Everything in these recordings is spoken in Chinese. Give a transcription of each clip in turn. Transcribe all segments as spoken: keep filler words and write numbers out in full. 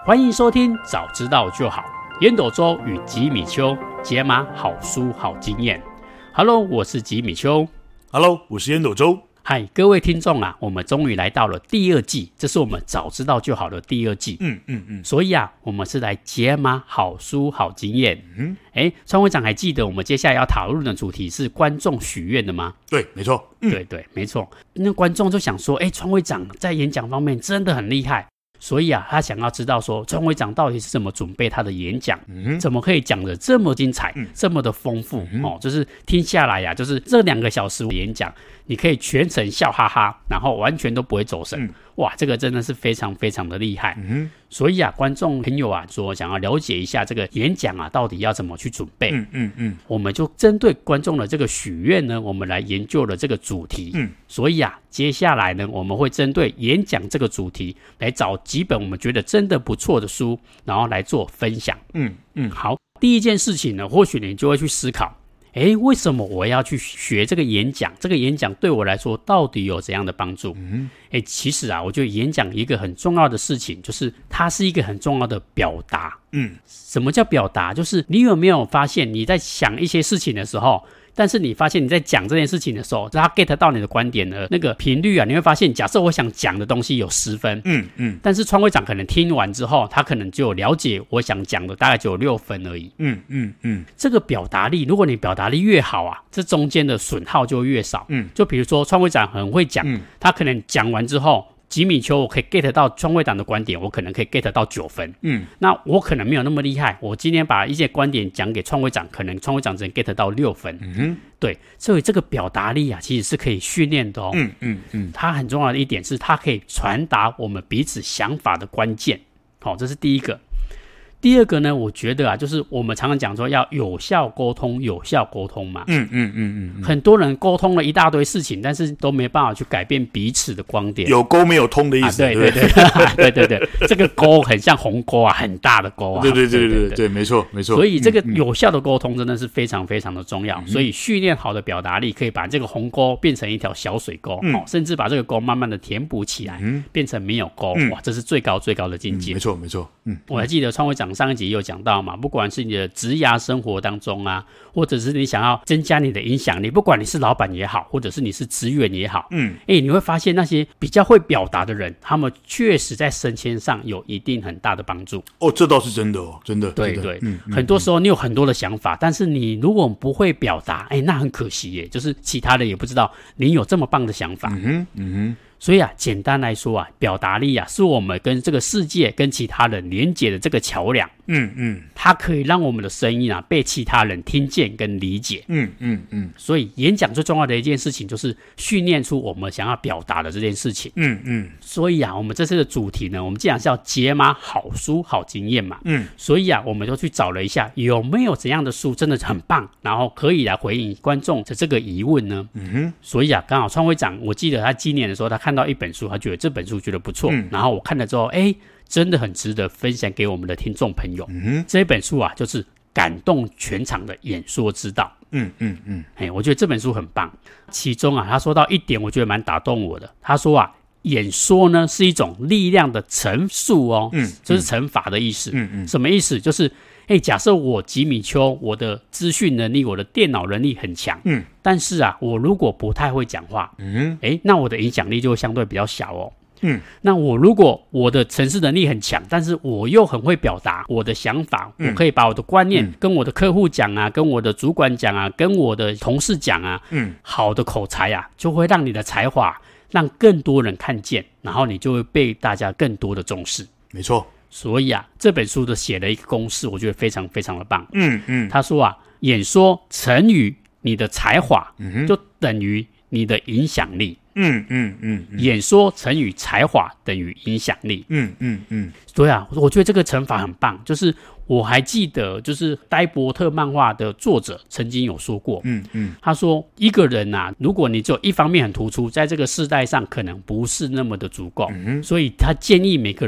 欢迎收听早知道就好，烟斗周与吉米邱解码好书好经验。Hello， 我是吉米邱。 Hello， 我是烟斗周。 嗨，各位听众啊，我们终于来到了第二季，这是我们早知道就好的第二季。 嗯嗯嗯。 所以啊，我们是来解码好书好经验。嗯，哎，川会长还记得我们接下来要讨论的主题是观众许愿的吗？ 对，没错。嗯、 对对，没错。那观众就想说，哎，川会长在演讲方面真的很厉害。所以啊，他想要知道说，川会长到底是怎么准备他的演讲，嗯、怎么可以讲得这么精彩，嗯、这么的丰富、嗯、哦，就是听下来呀、啊，就是这两个小时的演讲，你可以全程笑哈哈，然后完全都不会走神。嗯、哇，这个真的是非常非常的厉害。嗯、所以啊，观众朋友啊，说想要了解一下这个演讲啊，到底要怎么去准备？嗯嗯嗯，我们就针对观众的这个许愿呢，我们来研究了这个主题。嗯，所以啊，接下来呢，我们会针对演讲这个主题来找几本我们觉得真的不错的书，然后来做分享。嗯嗯，好，第一件事情呢，或许你就会去思考，诶，为什么我要去学这个演讲？这个演讲对我来说到底有怎样的帮助？嗯，诶，其实啊，我觉得演讲一个很重要的事情，就是它是一个很重要的表达。嗯，什么叫表达？就是你有没有发现你在想一些事情的时候，但是你发现你在讲这件事情的时候，他 get 到你的观点的那个频率啊，你会发现，假设我想讲的东西有十分，嗯嗯，但是川会长可能听完之后，他可能就了解我想讲的大概只有六分而已，嗯嗯嗯，这个表达力，如果你表达力越好啊，这中间的损耗就越少，嗯，就比如说川会长很会讲，嗯、他可能讲完之后，吉米邱我可以 get 到川会长的观点，我可能可以 get 到九分，嗯，那我可能没有那么厉害，我今天把一些观点讲给川会长，可能川会长只能 get 到六分，嗯哼，对，所以这个表达力啊，其实是可以训练的哦，嗯嗯嗯，它很重要的一点是，它可以传达我们彼此想法的关键，好、哦，这是第一个。第二个呢，我觉得啊，就是我们常常讲说要有效沟通，有效沟通嘛。嗯嗯嗯嗯。很多人沟通了一大堆事情，但是都没办法去改变彼此的观点。 有沟没有通的意思。啊、 对对对对对对，这个沟很像鸿沟啊，很大的沟啊。 对对对对 对, 对, 对, 对，没错没错。 所以这个有效的沟通真的是非常非常的重要。嗯、所以训练好的表达力，可以把这个鸿沟变成一条小水沟，嗯哦、甚至把这个沟慢慢的填补起来，嗯、变成没有沟。嗯、哇，这是最高最高的境界。 嗯、没错没错。嗯， 我还记得川会长上一集有讲到嘛，不管是你的职涯生活当中啊，或者是你想要增加你的影响力，不管你是老板也好，或者是你是职员也好，嗯，哎，你会发现那些比较会表达的人，他们确实在升迁上有一定很大的帮助。 哦，这倒是真的哦，真的。 对对，嗯，很多时候你有很多的想法，但是你如果不会表达，哎，那很可惜耶，就是其他人也不知道你有这么棒的想法。嗯哼，嗯哼。所以啊，简单来说啊，表达力啊，是我们跟这个世界、跟其他人连结的这个桥梁。嗯嗯，它可以让我们的声音啊被其他人听见跟理解。嗯嗯嗯。所以演讲最重要的一件事情就是训练出我们想要表达的这件事情。嗯嗯。所以啊，我们这次的主题呢，我们既然是要解码好书好经验嘛，嗯，所以啊，我们就去找了一下有没有怎样的书真的很棒，然后可以来回应观众的这个疑问呢？嗯哼。所以啊，刚好川会长，我记得他今年的时候，他看到一本书，他觉得这本书觉得不错，嗯、然后我看了之后，哎，真的很值得分享给我们的听众朋友。嗯、这本书啊，就是感动全场的演说之道。嗯嗯嗯，哎，我觉得这本书很棒。其中啊，他说到一点，我觉得蛮打动我的。他说啊，演说呢是一种力量的陈述哦，嗯，这是乘法的意思。嗯嗯，什么意思？就是哎，假设我吉米邱，我的资讯能力、我的电脑能力很强，嗯，但是啊，我如果不太会讲话，嗯，哎，那我的影响力就会相对比较小哦。嗯，那我如果我的程式能力很强，但是我又很会表达我的想法，嗯、我可以把我的观念跟我的客户讲啊，跟我的主管讲啊，跟我的同事讲啊，嗯，好的口才啊，就会让你的才华让更多人看见，然后你就会被大家更多的重视。 没错。 所以啊，这本书的写了一个公式，我觉得非常非常的棒。嗯嗯，他说啊，演说乘以你的才华，嗯、就等于你的影响力。嗯嗯嗯，演说乘以才华等于影响力。嗯嗯嗯，对啊，我觉得这个乘法很棒。就是我还记得，就是呆伯特漫画的作者曾经有说过，嗯嗯，他说一个人啊，如果你只有一方面很突出，在这个世代上可能不是那么的足够，嗯、所以他建议每个人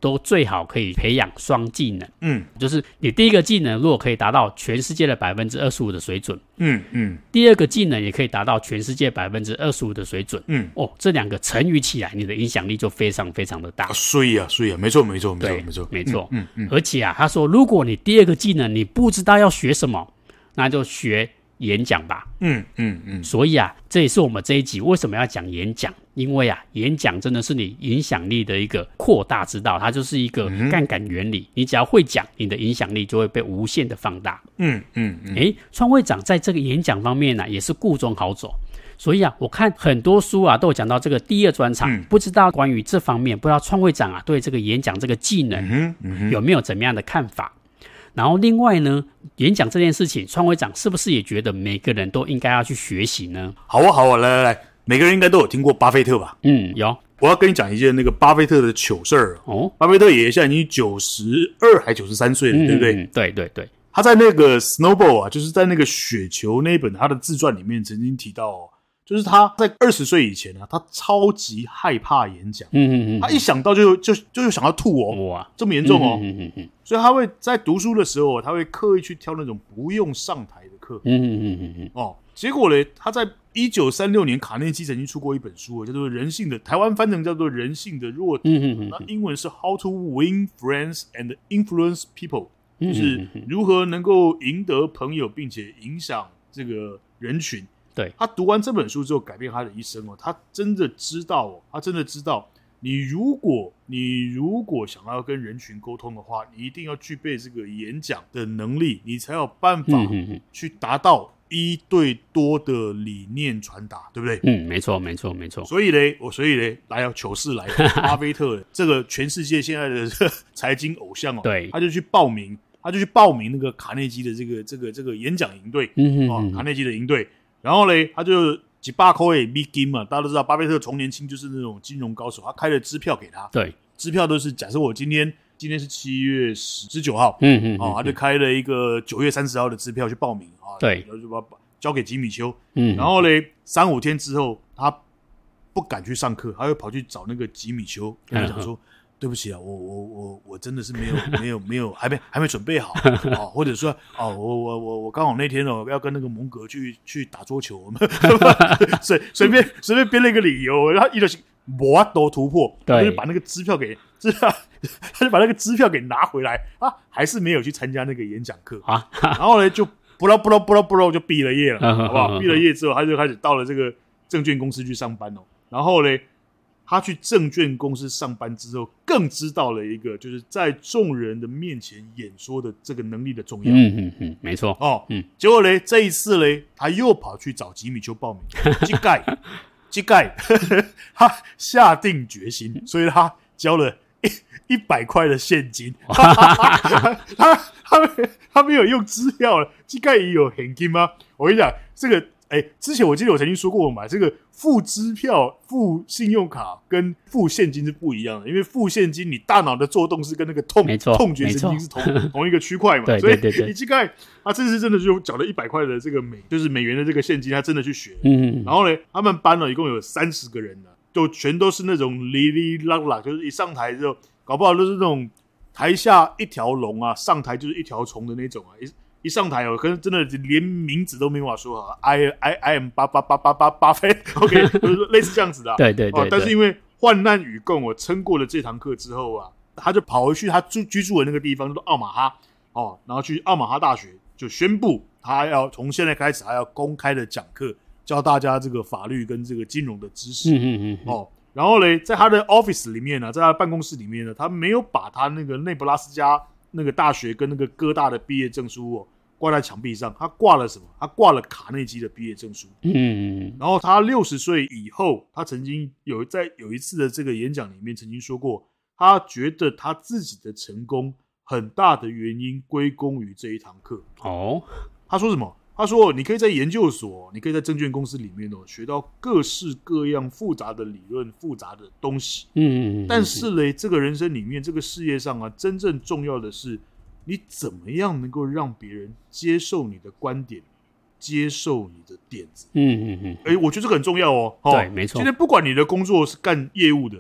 都最好可以培养双技能。 嗯， 就是你第一个技能如果可以达到全世界的 百分之二十五 的水准， 嗯嗯， 第二个技能也可以达到全世界 百分之二十五 的水准， 嗯， 哦，这两个乘以起来，你的影响力就非常非常的大。 啊，所以啊，所以啊，没错没错没错没错没错， 嗯 嗯, 嗯， 而且啊，他说，如果你第二个技能你不知道要学什么，那就学演讲吧。 嗯嗯嗯， 所以啊，这也是我们这一集为什么要讲演讲，因为啊，演讲真的是你影响力的一个扩大之道，它就是一个杠杆原理。嗯、你只要会讲，你的影响力就会被无限的放大。嗯嗯嗯。诶，创会长在这个演讲方面呢、啊，也是顾中好走。所以啊，我看很多书啊都有讲到这个第二专场、嗯，不知道关于这方面，不知道创会长啊对这个演讲这个技能、嗯嗯、有没有怎么样的看法？然后另外呢，演讲这件事情，创会长是不是也觉得每个人都应该要去学习呢？ 好啊，好啊，来来来，每个人应该都有听过巴菲特吧？ 嗯，有。 我要跟你讲一件那个巴菲特的糗事儿哦。巴菲特爷爷现在已经九十二还九十三岁了、嗯，对不对？ 嗯，对对对。 他在那个 Snowball 啊，就是在那个雪球那一本他的自传里面曾经提到、哦，就是他在二十岁以前啊，他超级害怕演讲。嗯嗯嗯，他一想到就就就想要吐哦，哇，这么严重哦。嗯嗯嗯，所以他会在读书的时候，他会刻意去挑那种不用上台的课。嗯嗯嗯嗯哦，结果呢，他在一九三六年卡内基曾经出过一本书，叫做《人性的》，台湾翻成叫做《人性的弱点》。嗯嗯嗯，那英文是 How to Win Friends and Influence People， 就是如何能够赢得朋友，并且影响这个人群。 对， 他读完这本书之后改变他的一生哦，他真的知道哦，他真的知道，你如果你如果想要跟人群沟通的话，你一定要具备这个演讲的能力，你才有办法去达到一对多的理念传达，对不对？ 嗯，没错，没错，没错。 所以嘞，我所以嘞，来要糗事来了，巴菲特这个全世界现在的财经偶像哦， 对， 他就去报名，他就去报名那个卡内基的这个这个这个演讲营队，嗯哦，卡内基的营队。然后嘞，他就几百块的美金嘛，大家都知道，巴菲特从年轻就是那种金融高手，他开了支票给他， 对， 支票都是假设我今天今天是七月十九号，嗯嗯，哦，他就开了一个九月三十号的支票去报名啊， 对， 然后就把交给吉米丘，嗯，然后嘞，三五天之后，他不敢去上课，他又跑去找那个吉米丘，跟他讲说。对不起啊，我我我我真的是没有没有没有还没还没准备好哦，或者说哦，我我我我刚好那天哦要跟那个蒙格去去打桌球，我们随随便随便编了一个理由，然后一就是没都突破，他就把那个支票给支票，他就把那个支票给拿回来啊，还是没有去参加那个演讲课啊，然后呢就不啦不啦不啦不啦就毕了业了，好不好？毕了业之后，他就开始到了这个证券公司去上班哦，然后呢。他去证券公司上班之后，更知道了一个就是在众人的面前演说的这个能力的重要。 嗯嗯嗯，没错。 哦，嗯，结果嘞，这一次嘞，他又跑去找吉米丘报名，膝盖，膝盖，他下定决心，所以他交了一一百块的现金。他他他他没有用支票了，膝盖也有现金吗？我跟你讲，这个。哎，之前我记得我曾经说过，我买这个付支票、付信用卡跟付现金是不一样的，因为付现金你大脑的作动是跟那个痛痛觉神经是同同一个区块嘛， 对对对对， 所以你膝盖他这次真的就缴了一百块的这个美，就是美元的这个现金，他真的去学，嗯，然后呢，他们班了一共有三十个人呢，就全都是那种哩哩啦啦，就是一上台之后，搞不好都是那种台下一条龙啊，上台就是一条虫的那种啊。一上台哦，可能真的连名字都没法说好 ，I I I am 八八八八八巴菲 ，OK， 就是类似这样子的、啊。 对对 对, 對、哦。 但是因为患难与共，我撑过了这堂课之后啊，他就跑回去他居居住的那个地方，就是奥马哈哦，然后去奥马哈大学就宣布，他要从现在开始，他要公开的讲课，教大家这个法律跟这个金融的知识。嗯嗯嗯。哦，然后呢，在他的 office 里面呢、啊，在他的办公室里面呢，他没有把他那个内布拉斯加那个大学跟那个哥大的毕业证书哦。挂在墙壁上，他挂了什么？他挂了卡内基的毕业证书。嗯，然后他六十岁以后，他曾经有在有一次的这个演讲里面曾经说过，他觉得他自己的成功很大的原因归功于这一堂课。哦，他说什么？他说你可以在研究所，你可以在证券公司里面哦学到各式各样复杂的理论、复杂的东西。嗯，但是嘞，这个人生里面，这个事业上啊，真正重要的是。你怎么样能够让别人接受你的观点，接受你的点子？嗯嗯嗯。哎，我觉得这个很重要哦。 对，没错。 今天不管你的工作是干业务的，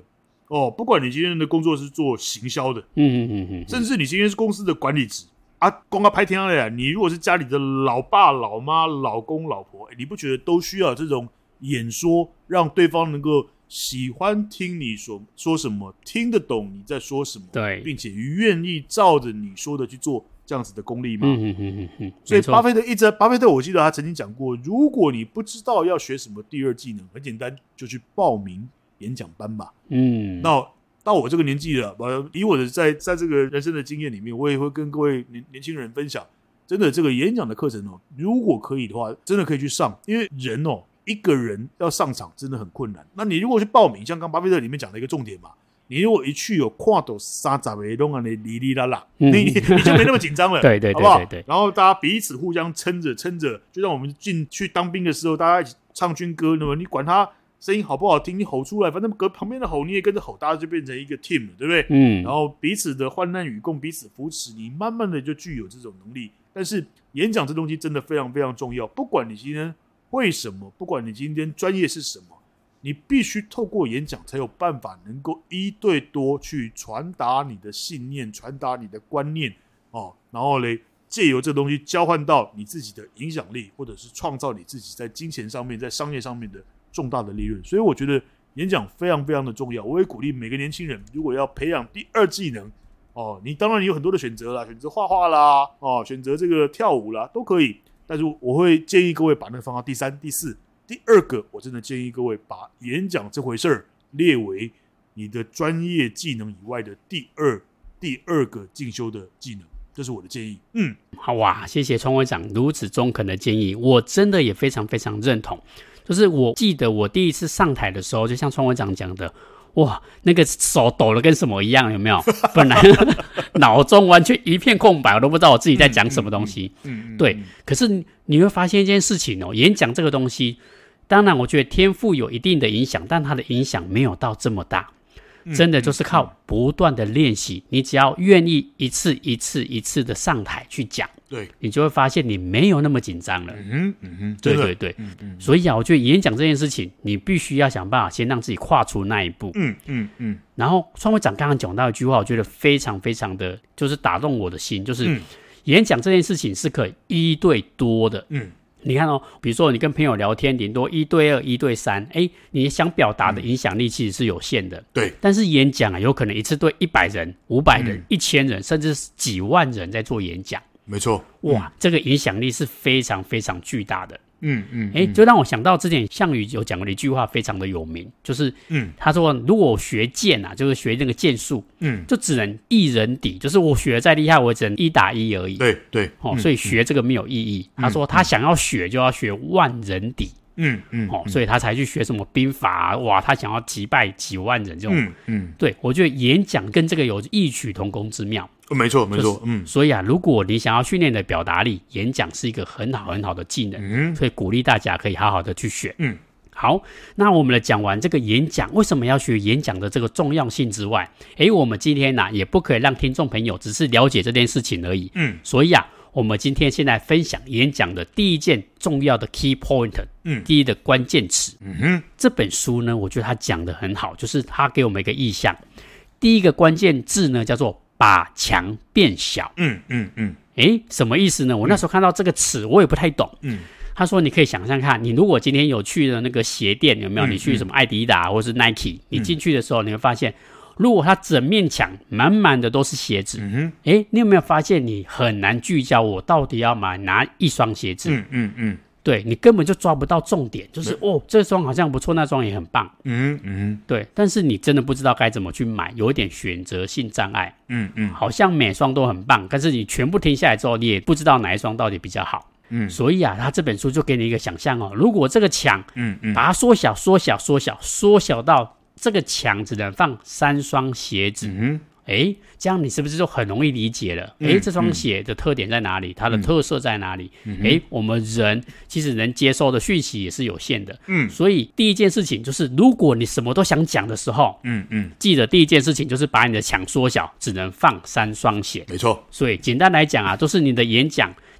哦，不管你今天的工作是做行销的， 嗯嗯嗯， 甚至你今天是公司的管理职啊，光要拍天上来，你如果是家里的老爸、老妈、老公、老婆，你不觉得都需要这种演说，让对方能够喜欢听你所说什么，听得懂你在说什么， 对， 并且愿意照着你说的去做，这样子的功力吗？ 嗯嗯嗯嗯， 所以巴菲特一直，巴菲特我记得他曾经讲过，如果你不知道要学什么第二技能，很简单，就去报名演讲班吧。嗯，那到我这个年纪了，以我的在在这个人生的经验里面，我也会跟各位年年轻人分享，真的这个演讲的课程哦，如果可以的话，真的可以去上，因为人哦。一个人要上场真的很困难。那你如果去报名，像刚巴菲特里面讲的一个重点嘛，你如果一去有看到三十个都安尼哩哩啦啦，你你就没那么紧张了， 对对对对对，好不好？ 然后大家彼此互相撑着撑着，就像我们进去当兵的时候，大家一起唱军歌，那么你管他声音好不好听，你吼出来，反正隔旁边的吼你也跟着吼，大家就变成一个 team 了，对不对？嗯。然后彼此的患难与共，彼此扶持，你慢慢的就具有这种能力。但是演讲这东西真的非常非常重要，不管你今天为什么，不管你今天专业是什么，你必须透过演讲才有办法能够一对多去传达你的信念，传达你的观念哦，然后嘞借由这东西交换到你自己的影响力，或者是创造你自己在金钱上面在商业上面的重大的利润。所以我觉得演讲非常非常的重要，我也鼓励每个年轻人如果要培养第二技能哦，你当然有很多的选择啦，选择画画啦哦，选择这个跳舞啦都可以，但是我会建议各位把那个放到第三、第四。第二个，我真的建议各位把演讲这回事儿列为你的专业技能以外的第二、第二个进修的技能，这是我的建议。嗯， 好哇，谢谢川会长如此中肯的建议，我真的也非常非常认同。就是我记得我第一次上台的时候，就像川会长讲的。哇，那个手抖了跟什么一样，有没有？本来脑中完全一片空白，我都不知道我自己在讲什么东西。嗯嗯嗯、对，可是你会发现一件事情哦，演讲这个东西，当然我觉得天赋有一定的影响，但它的影响没有到这么大。真的就是靠不断的练习，你只要愿意一次一次一次的上台去讲，对，你就会发现你没有那么紧张了。嗯哼，嗯哼，对对对，嗯嗯。所以啊，我觉得演讲这件事情，你必须要想办法先让自己跨出那一步。嗯嗯嗯。然后川会长刚刚讲到一句话，我觉得非常非常的，就是打动我的心，就是、嗯、演讲这件事情是可以一对多的。嗯。你看哦，比如说你跟朋友聊天，顶多一对二、一对三，哎，你想表达的影响力其实是有限的。对。但是演讲啊，有可能一次对一百人、五百人、一千人，甚至是几万人在做演讲。 没错。 哇，这个影响力是非常非常巨大的。嗯嗯。哎，就让我想到之前项羽有讲过的一句话，非常的有名，就是嗯，他说如果我学剑啊，就是学那个剑术，嗯，就只能一人敌，就是我学得再厉害，我只能一打一而已。对对。哦，嗯、所以学这个没有意义。嗯、他说他想要学就要学万人敌。嗯嗯。哦，所以他才去学什么兵法啊，哇，他想要击败几万人这种。嗯嗯。对，我觉得演讲跟这个有异曲同工之妙。 没错没错，嗯， 所以啊，如果你想要训练的表达力，演讲是一个很好很好的技能，嗯，所以鼓励大家可以好好的去学，嗯，好，那我们来讲完这个演讲为什么要学演讲的这个重要性之外，诶，我们今天呢、啊、也不可以让听众朋友只是了解这件事情而已，嗯，所以啊，我们今天现在分享演讲的第一件重要的 key point， 嗯，第一的关键词，嗯哼，这本书呢，我觉得他讲得很好，就是他给我们一个意象，第一个关键字呢叫做把墙变小。嗯嗯嗯，诶，什么意思呢？我那时候看到这个词，我也不太懂。嗯，他说你可以想象看，你如果今天有去的那个鞋店，有没有？嗯、你去什么艾迪达或是 Nike，、嗯、你进去的时候，你会发现，如果它整面墙满满的都是鞋子，嗯哼，诶，你有没有发现你很难聚焦？我到底要买哪一双鞋子？嗯嗯嗯。对，你根本就抓不到重点，就是哦，这双好像不错，那双也很棒，嗯嗯，对，但是你真的不知道该怎么去买，有一点选择性障碍，嗯嗯，好像每双都很棒，但是你全部停下来之后，你也不知道哪一双到底比较好，嗯，所以啊，他这本书就给你一个想象哦，如果这个墙，嗯嗯，把它缩小、缩小、缩小、缩小到这个墙只能放三双鞋子，嗯。诶，这样你是不是就很容易理解了？诶，这双鞋的特点在哪里？它的特色在哪里？诶，我们人其实能接收的讯息也是有限的。嗯，所以第一件事情就是，如果你什么都想讲的时候，嗯嗯，记得第一件事情就是把你的墙缩小，只能放三双鞋。 没错。 所以简单来讲啊，都是你的演讲。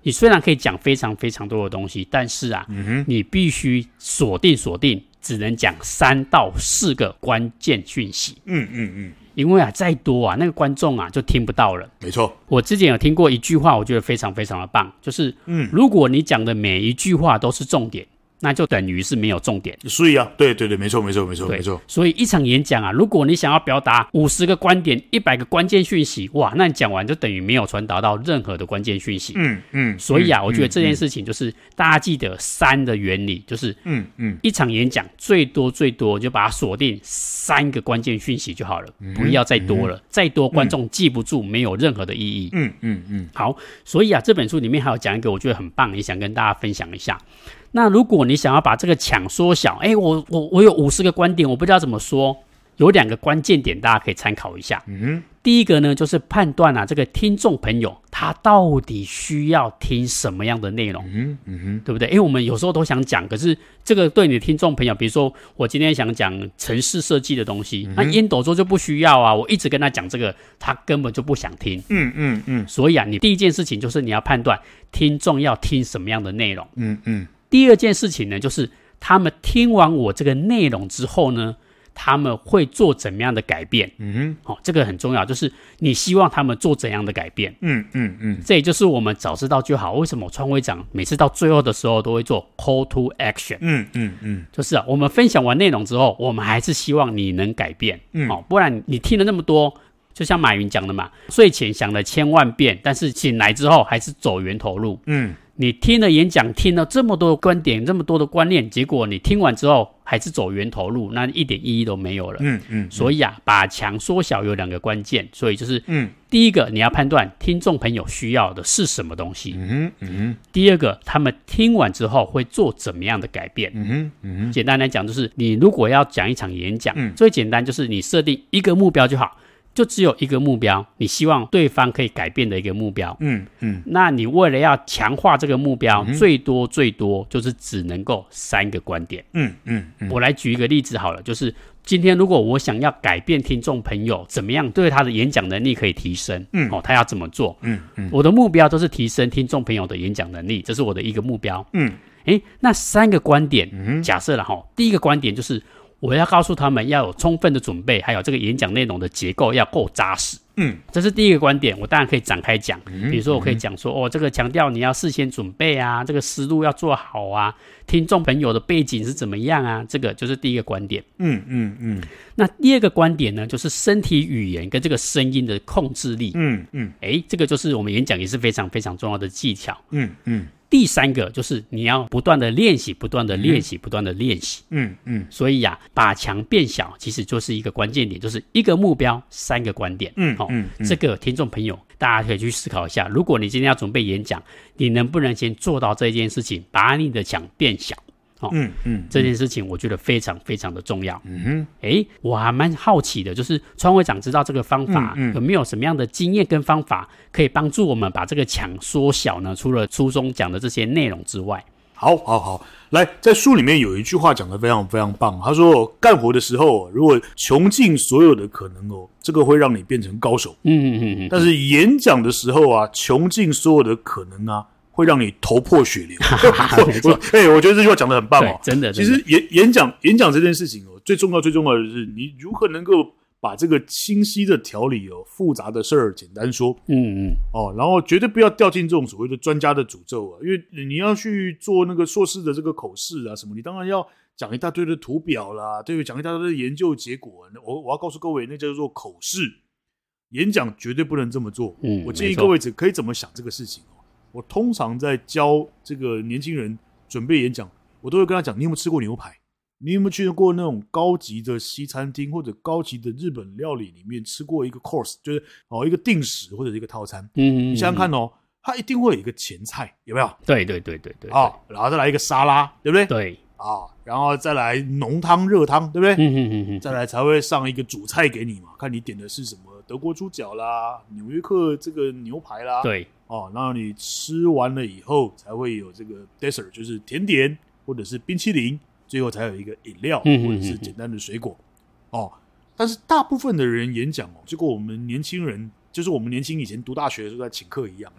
你虽然可以讲非常非常多的东西，但是啊，嗯、你必须锁定锁定，只能讲三到四个关键讯息。 嗯嗯嗯。 因为啊，再多啊，那个观众啊就听不到了。 没错， 我之前有听过一句话，我觉得非常非常的棒，就是，嗯，如果你讲的每一句话都是重点，那就等于是没有重点。 所以啊，对对对，没错没错没错没错。 所以一场演讲啊，如果你想要表达五十个观点、一百个关键讯息，哇，那你讲完就等于没有传达到任何的关键讯息。嗯嗯。所以啊，嗯、我觉得这件事情就是、嗯、大家记得三的原理，就是嗯嗯，一场演讲最多最多就把它锁定三个关键讯息就好了，嗯、不要再多了，嗯、再多观众记不住，没有任何的意义。嗯嗯嗯。好，所以啊，这本书里面还有讲一个我觉得很棒，也想跟大家分享一下。那如果你想要把这个墙缩小，哎，我我我有五十个观点，我不知道怎么说，有两个关键点大家可以参考一下。嗯，第一个呢，就是判断啊，这个听众朋友他到底需要听什么样的内容，嗯嗯哼，对不对？因为我们有时候都想讲，可是这个对你的听众朋友，比如说我今天想讲程式设计的东西，那烟斗周就不需要啊，我一直跟他讲这个，他根本就不想听。嗯嗯嗯，所以啊，你第一件事情就是你要判断听众要听什么样的内容。嗯嗯。第二件事情呢，就是他们听完我这个内容之后呢，他们会做怎么样的改变？嗯哼，哦，这个很重要，就是你希望他们做怎样的改变？嗯嗯嗯，这也就是我们早知道就好。为什么川会长每次到最后的时候都会做 call to action？ 嗯嗯嗯，就是啊，我们分享完内容之后，我们还是希望你能改变。嗯，哦，不然你听了那么多。就像马云讲的嘛，睡前想了千万遍，但是醒来之后还是走源头路。嗯，你听了演讲，听了这么多的观点，这么多的观念，结果你听完之后还是走源头路，那一点意义都没有了。嗯嗯，所以啊，把墙缩小有两个关键，所以就是，嗯，第一个你要判断听众朋友需要的是什么东西。嗯哼嗯哼。第二个，他们听完之后会做怎么样的改变？嗯哼嗯哼。简单来讲，就是你如果要讲一场演讲，嗯、最简单就是你设定一个目标就好。就只有一个目标，你希望对方可以改变的一个目标。嗯嗯，那你为了要强化这个目标，嗯、最多最多就是只能够三个观点。嗯嗯嗯，我来举一个例子好了，就是今天如果我想要改变听众朋友怎么样对他的演讲能力可以提升，嗯，哦，他要怎么做？嗯嗯，我的目标都是提升听众朋友的演讲能力，这是我的一个目标。嗯，诶，那三个观点，嗯、假设了哈，第一个观点就是。我要告诉他们要有充分的准备，还有这个演讲内容的结构要够扎实。嗯，这是第一个观点，我当然可以展开讲。嗯、比如说，我可以讲说，哦，这个强调你要事先准备啊，这个思路要做好啊，听众朋友的背景是怎么样啊，这个就是第一个观点。嗯嗯嗯。那第二个观点呢，就是身体语言跟这个声音的控制力。嗯嗯。哎，这个就是我们演讲也是非常非常重要的技巧。嗯嗯。第三个就是你要不断的练习，不断的练习，不断的练习。嗯嗯。所以呀、啊，把墙变小，其实就是一个关键点，就是一个目标，三个观点。嗯，好、哦嗯嗯，这个听众朋友，大家可以去思考一下，如果你今天要准备演讲，你能不能先做到这件事情，把你的墙变小？哦、嗯嗯，这件事情我觉得非常非常的重要。嗯哼，哎，我还蛮好奇的，就是川会长知道这个方法、嗯嗯、有没有什么样的经验跟方法可以帮助我们把这个墙缩小呢？除了书中讲的这些内容之外， 好，好，好，来，在书里面有一句话讲得非常非常棒，他说，干活的时候，如果穷尽所有的可能哦，这个会让你变成高手。嗯嗯嗯，但是演讲的时候啊，穷尽所有的可能啊。会让你头破血流。没错，哎，我觉得这句话讲得很棒哦， 真的。 其实演演讲演讲这件事情哦，最重要最重要的是你如何能够把这个清晰的条理哦，复杂的事儿简单说。嗯嗯。哦，然后绝对不要掉进这种所谓的专家的诅咒啊，因为你要去做那个硕士的这个口试啊什么，你当然要讲一大堆的图表啦，对不对？讲一大堆的研究结果。我我要告诉各位，那叫做口试，演讲绝对不能这么做。嗯，我建议各位只可以怎么想这个事情。我通常在教这个年轻人准备演讲，我都会跟他讲：你有没有吃过牛排？你有没有去过那种高级的西餐厅或者高级的日本料理里面吃过一个 course， 就是哦一个定食或者一个套餐？嗯，你想想看哦，它一定会有一个前菜，有没有？ 对对对对对。 啊、哦，然后再来一个沙拉，对不对？ 对。 啊、哦，然后再来浓汤、热汤，对不对？嗯嗯嗯嗯。再来才会上一个主菜给你嘛，看你点的是什么，德国猪脚啦，纽约客这个牛排啦。 对。 哦，然后你吃完了以后才会有这个 dessert， 就是甜点或者是冰淇淋，最后才有一个饮料或者是简单的水果。哦，但是大部分的人演讲哦，就跟我们年轻人，就是我们年轻以前读大学的时候在请课一样，有没有？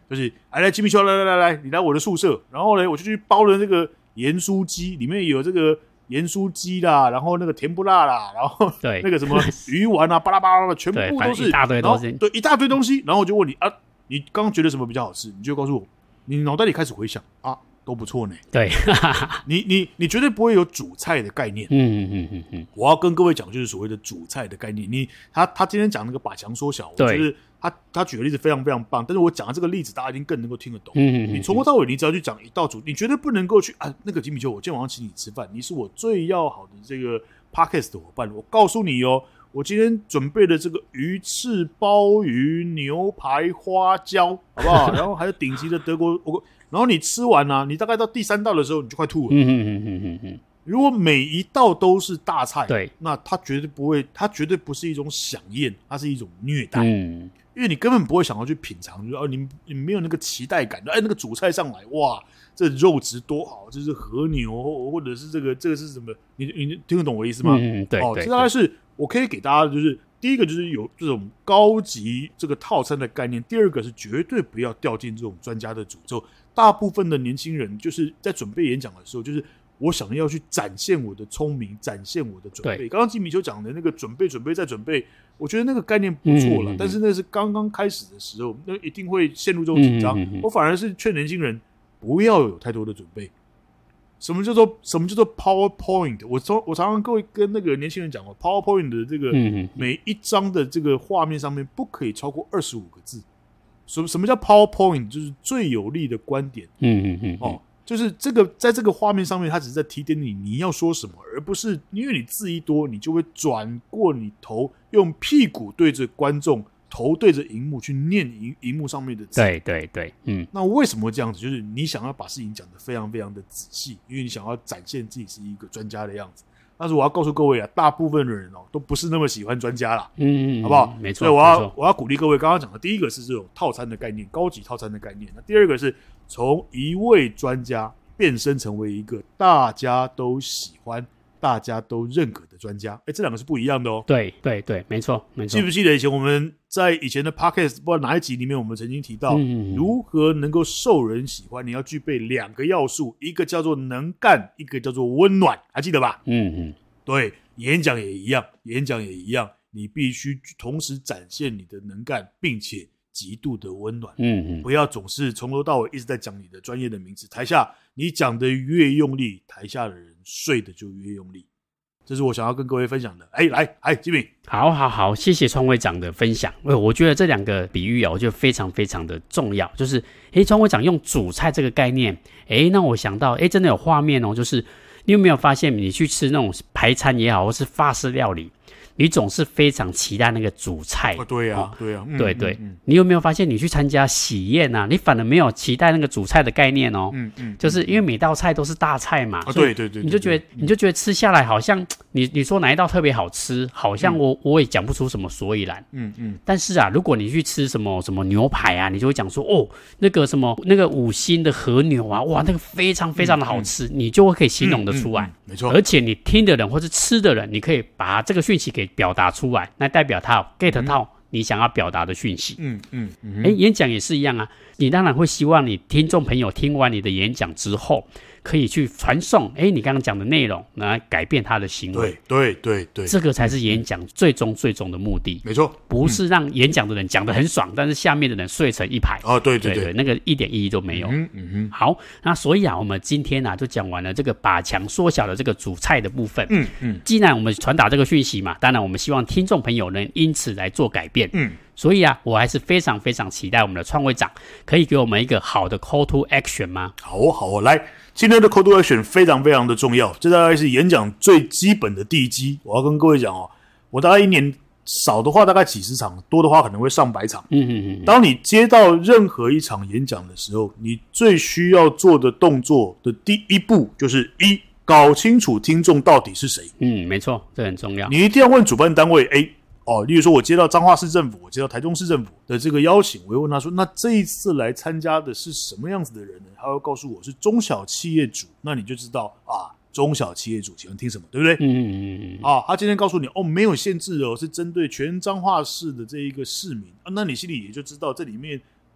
就是哎来吉米丘来来来来，你来我的宿舍，然后呢我就去包了那个盐酥鸡，里面有这个盐酥鸡啦，然后那个甜不辣啦，然后对那个什么鱼丸啊，巴拉巴拉的，全部都是一大堆东西， 对，一大堆东西，然后我就问你啊，你刚刚觉得什么比较好吃？你就告诉我，你脑袋里开始回想啊。都不错呢， 对， 你你你绝对不会有主菜的概念。 嗯嗯嗯嗯， 我要跟各位讲，就是所谓的主菜的概念。你他他今天讲那个把强缩小，我觉得他他举的例子非常非常棒。但是我讲的这个例子，大家一定更能够听得懂。 嗯嗯嗯， 你从头到尾，你只要去讲一道主，你绝对不能够去啊，那个吉米丘，我今天晚上请你吃饭，你是我最要好的这个 podcast 的伙伴。我告诉你哦，我今天准备的这个鱼翅、鲍鱼、牛排、花椒，好不好？然后还有顶级的德国我。然后你吃完啊，你大概到第三道的时候，你就快吐了。 嗯嗯嗯嗯嗯。 如果每一道都是大菜， 对， 那它绝对不会，它绝对不是一种飨宴，它是一种虐待。 嗯， 因为你根本不会想要去品尝，就是哦，你你没有那个期待感，哎，那个主菜上来，哇，这肉质多好，这是和牛，或者是这个这个是什么？你你听得懂我的意思吗？ 嗯，对， 哦， 对这大概是我可以给大家的就是。第一个就是有这种高级这个套餐的概念，第二个是绝对不要掉进这种专家的诅咒。大部分的年轻人就是在准备演讲的时候，就是我想要去展现我的聪明，展现我的准备。刚刚吉米丘讲的那个准备、准备再准备，我觉得那个概念不错了，嗯嗯嗯，但是那是刚刚开始的时候，那一定会陷入这种紧张。嗯嗯嗯，我反而是劝年轻人不要有太多的准备。什么叫做什么叫做 PowerPoint？ 我常我常常各位跟那个年轻人讲过 ，PowerPoint 的这个每一张的这个画面上面不可以超过二十五个字。什么什么叫 PowerPoint？ 就是最有力的观点。嗯嗯嗯。哦，就是这个在这个画面上面，它只是在提点你你要说什么，而不是因为你字一多，你就会转过你头，用屁股对着观众。头对着荧幕去念荧荧幕上面的字， 对对对，嗯， 那为什么会这样子？就是你想要把事情讲得非常非常的仔细，因为你想要展现自己是一个专家的样子。但是我要告诉各位啊，大部分的人哦都不是那么喜欢专家啦，嗯，好不好？ 没错。 所以我要我要鼓励各位，刚刚讲的第一个是这种套餐的概念，高级套餐的概念。那第二个是从一位专家变身成为一个大家都喜欢。大家都认可的专家，哎，这两个是不一样的哦。 对对对，没错没错。 记不记得以前我们在以前的 podcast 不知道哪一集里面，我们曾经提到，嗯嗯嗯，如何能够受人喜欢，你要具备两个要素，一个叫做能干，一个叫做温暖，还记得吧？嗯嗯，对，演讲也一样，演讲也一样，你必须同时展现你的能干，并且极度的温暖。嗯嗯，不要总是从头到尾一直在讲你的专业的名词，台下你讲的越用力，台下的人睡的就越用力。这是我想要跟各位分享的。哎，来，哎，吉米， 好好好，谢谢川会长的分享。我觉得这两个比喻啊，我觉得非常非常的重要。就是，哎，川会长用主菜这个概念，哎，那我想到，哎，真的有画面哦。就是你有没有发现，你去吃那种排餐也好，或是法式料理，你总是非常期待那个主菜。 哦、对呀、啊，对呀、啊， 对对、嗯嗯。你有没有发现，你去参加喜宴啊，你反而没有期待那个主菜的概念哦。嗯嗯。就是因为每道菜都是大菜嘛， 哦、对对对， 你就觉得你就觉得吃下来好像你你说哪一道特别好吃，好像我、嗯、我也讲不出什么所以然。嗯嗯。但是啊，如果你去吃什么什么牛排啊，你就会讲说哦，那个什么那个五星的和牛啊，哇，那个非常非常的好吃，嗯嗯、你就会可以形容得出来。嗯嗯嗯、没错。而且你听的人或是吃的人，你可以把这个讯息给表达出来。那代表他 get 到你想要表达的讯息。嗯嗯嗯。哎，演讲也是一样啊，你当然会希望你听众朋友听完你的演讲之后，可以去传送哎你刚刚讲的内容，来改变他的行为。 对对对对， 这个才是演讲最终最终的目的。 没错， 不是让演讲的人讲得很爽，嗯、但是下面的人睡成一排。 哦，对对对, 对, 对，那个一点意义都没有。嗯嗯嗯。好，那所以啊，我们今天啊就讲完了这个把强缩小的这个主菜的部分。嗯嗯。既然我们传达这个讯息嘛，当然我们希望听众朋友能因此来做改变。嗯。所以啊，我还是非常非常期待我们的创会长可以给我们一个好的 call to action 吗？ 好哦，好哦，来，今天的 call to action 非常非常的重要，这大概是演讲最基本的地基。我要跟各位讲哦，我大概一年少的话大概几十场，多的话可能会上百场。嗯嗯嗯。当你接到任何一场演讲的时候，你最需要做的动作的第一步就是一，搞清楚听众到底是谁。 嗯，没错，这很重要。 你一定要问主办单位，哎。哦，例如说我接到彰化市政府，我接到台中市政府的这个邀请，我会问他说，那这一次来参加的是什么样子的人呢？他会告诉我是中小企业主，那你就知道啊，中小企业主喜欢听什么，对不对？嗯嗯嗯。啊，他今天告诉你哦，没有限制哦，是针对全彰化市的这一个市民啊，那你心里也就知道这里面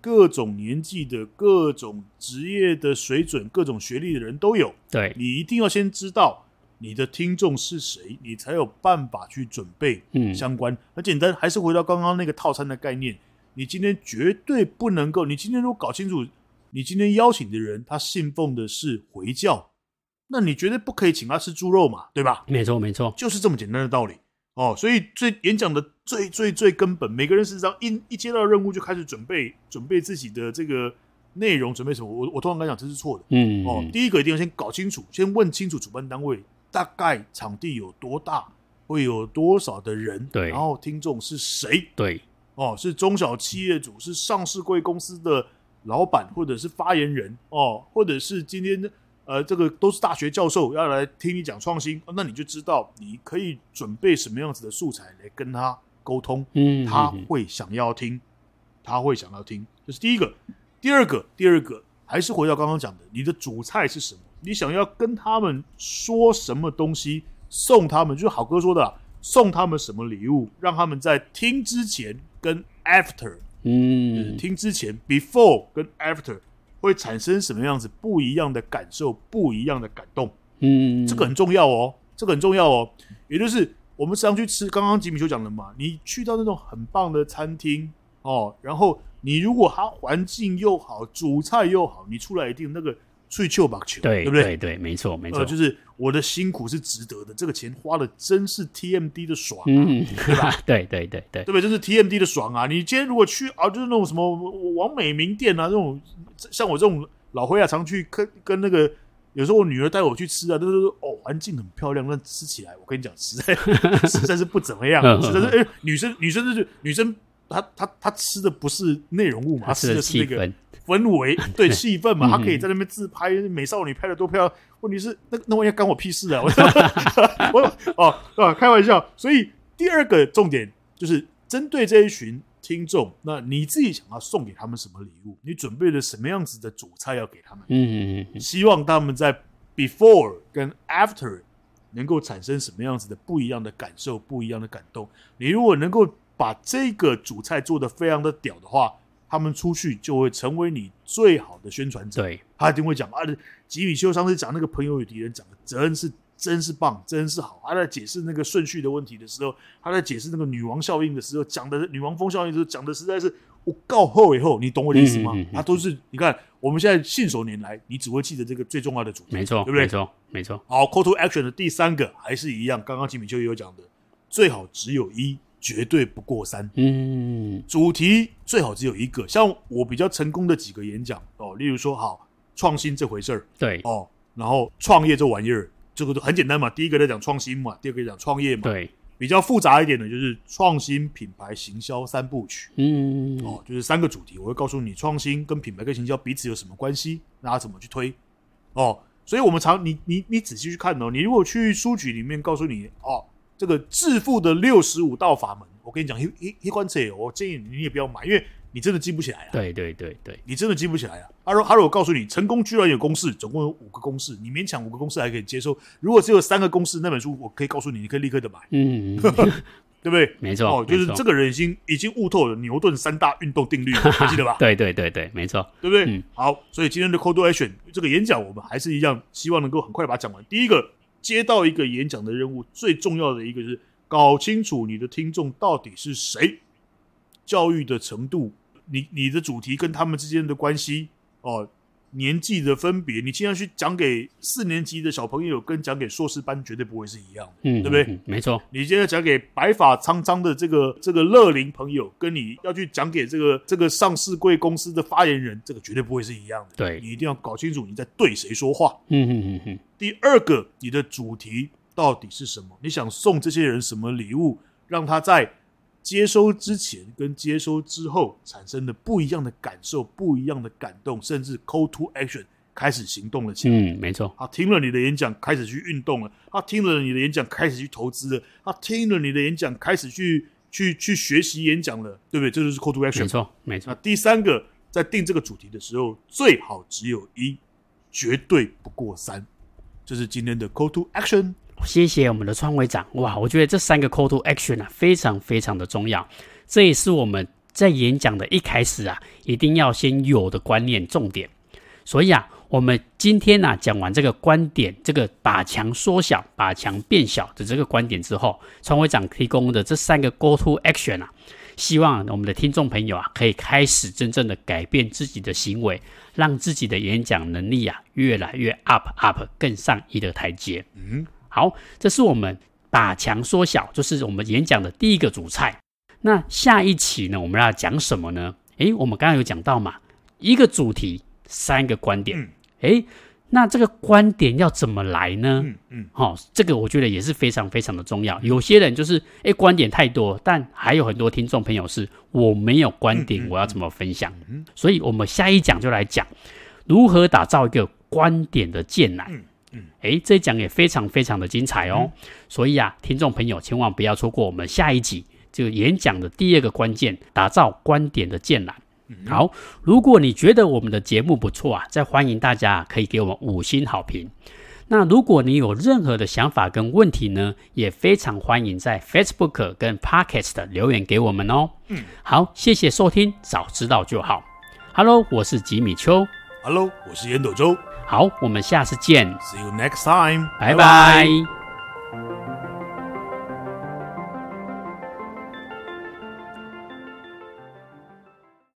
各种年纪的、各种职业的水准、各种学历的人都有。 对， 你一定要先知道你的听众是谁，你才有办法去准备相关。嗯、很简单，还是回到刚刚那个套餐的概念，你今天绝对不能够，你今天如果搞清楚，你今天邀请的人他信奉的是回教，那你绝对不可以请他吃猪肉嘛，对吧？ 没错，没错， 就是这么简单的道理。哦，所以最演讲的最最最根本，每个人事实上一一接到任务就开始准备准备自己的这个内容，准备什么？我我通常跟他讲这是错的。嗯，哦，第一个一定要先搞清楚，先问清楚主办单位大概场地有多大，会有多少的人， 对， 然后听众是谁？ 对， 哦，是中小企业主，是上市贵公司的老板，或者是发言人，哦，或者是今天。呃，这个都是大学教授要来听你讲创新、哦，那你就知道你可以准备什么样子的素材来跟他沟通，嗯，他会想要听，他会想要听，这是第一个。第二个，第二个还是回到刚刚讲的，你的主菜是什么？你想要跟他们说什么东西，送他们，就是好哥说的、啊，送他们什么礼物，让他们在听之前跟 after， 嗯，就是听之前 before 跟 after。会产生什么样子不一样的感受，不一样的感动，嗯，这个很重要哦，这个很重要哦。也就是我们时常去吃，刚刚吉米就讲了嘛，你去到那种很棒的餐厅哦，然后你如果它环境又好，主菜又好，你出来一定那个脆球把球， 对对不对？ 对对，没错没错、 呃，就是我的辛苦是值得的，这个钱花的真是 T M D 的爽、啊，嗯，对吧？ 对对对对， 对不对？这是 T M D 的爽啊！你今天如果去啊，就是那种什么王美名店啊，这种像我这种老灰啊，常去跟跟那个，有时候我女儿带我去吃啊，都是说哦，环境很漂亮，但吃起来我跟你讲，实在实在是不怎么样，实在是哎、欸，女生女生就是女生，她她她吃的不是内容物嘛，她吃的是那个氛围，对气氛嘛，她可以在那边自拍，美少女拍的多漂亮。问题是那那玩意干我屁事啊！我我哦啊，开玩笑。所以第二个重点就是针对这一群听众，那你自己想要送给他们什么礼物？你准备了什么样子的主菜要给他们？嗯嗯嗯，希望他们在 before 跟 after 能够产生什么样子的不一样的感受、不一样的感动。你如果能够把这个主菜做得非常的屌的话，他们出去就会成为你最好的宣传者。对，他一定会讲啊，吉米修上次讲那个朋友与敌人讲的真是真是棒，真是好。他在解释那个顺序的问题的时候，他在解释那个女王效应的时候，讲的女王风效应的时候，讲的实在是我告后以后，你懂我的意思吗？嗯嗯嗯、他都是你看我们现在信手拈来，你只会记得这个最重要的主题， 没错， 对不对？ 没错，没错。 好 ，call to action 的第三个还是一样，刚刚吉米修也有讲的，最好只有一。绝对不过三。嗯，主题最好只有一个。像我比较成功的几个演讲哦，例如说，好创新这回事儿， 对哦，然后创业这玩意儿，这个都很简单嘛。第一个在讲创新嘛，第二个讲创业嘛。 对， 比较复杂一点的就是创新、品牌、行销三部曲。嗯，哦，就是三个主题，我会告诉你创新跟品牌跟行销彼此有什么关系，那它怎么去推。哦，所以我们常你你你仔细去看哦，你如果去书局里面告诉你哦。这个致富的六十五道法门，我跟你讲，一一关这，我建议你也不要买，因为你真的记不起来啊。 对对对对， 你真的记不起来啊。他说，他如果告诉你成功居然有公式，总共有五个公式，你勉强五个公式还可以接受。如果只有三个公式，那本书我可以告诉你，你可以立刻的买，嗯，对不对？ 没错， 哦，就是这个人已经已经悟透了牛顿三大运动定律，记得吧？ 对对对对，没错， 对不对？嗯，好，所以今天的 Call to Action 这个演讲，我们还是一样，希望能够很快把它讲完。第一个，接到一个演讲的任务，最重要的一个是。搞清楚你的听众到底是谁，教育的程度，你你的主题跟他们之间的关系哦，年纪的分别，你尽量去讲给四年级的小朋友，跟讲给硕士班绝对不会是一样的，嗯，对不对？ 嗯、没错。 你现在讲给白发苍苍的这个这个乐龄朋友，跟你要去讲给这个这个上市贵公司的发言人，这个绝对不会是一样的。 对， 你一定要搞清楚你在对谁说话。 嗯嗯嗯嗯。 第二个，你的主题。到底是什么？你想送这些人什么礼物，让他在接收之前跟接收之后产生的不一样的感受、不一样的感动，甚至 call to action 开始行动了起来。 嗯，没错。 他听了你的演讲，开始去运动了；他听了你的演讲，开始去投资了；他听了你的演讲，开始去去去学习演讲了，对不对？这就是 call to action。 没错，没错。 那第三个，在定这个主题的时候，最好只有一，绝对不过三。这是今天的 call to action。 谢谢我们的创会长，哇，我觉得这三个 call to action 啊，非常非常的重要，这也是我们在演讲的一开始啊，一定要先有的观念重点。所以啊，我们今天啊讲完这个观点，这个把强缩小、把强变小的这个观点之后，川会长提供的这三个 go to action 啊，希望我们的听众朋友啊，可以开始真正的改变自己的行为，让自己的演讲能力啊越来越 up up 更上一个台阶。嗯，好，这是我们把强缩小，就是我们演讲的第一个主菜。那下一期呢，我们要讲什么呢？诶，我们刚刚有讲到嘛，一个主题，三个观点。诶，那这个观点要怎么来呢？嗯嗯，哦，这个我觉得也是非常非常的重要。有些人就是诶观点太多，但还有很多听众朋友是我没有观点，我要怎么分享？所以我们下一讲就来讲如何打造一个观点的剑南。诶，这一讲也非常非常的精彩哦。所以啊，听众朋友千万不要错过我们下一集这个演讲的第二个关键，打造观点的剑南。好，如果你觉得我们的节目不错啊，再欢迎大家可以给我们五星好评。那如果你有任何的想法跟问题呢，也非常欢迎在 Facebook 跟 Podcast 留言给我们哦。嗯，好，谢谢收听，早知道就好。Hello， 我是吉米邱。 Hello， 我是烟斗周。 好，我们下次见。 See you next time。 拜拜。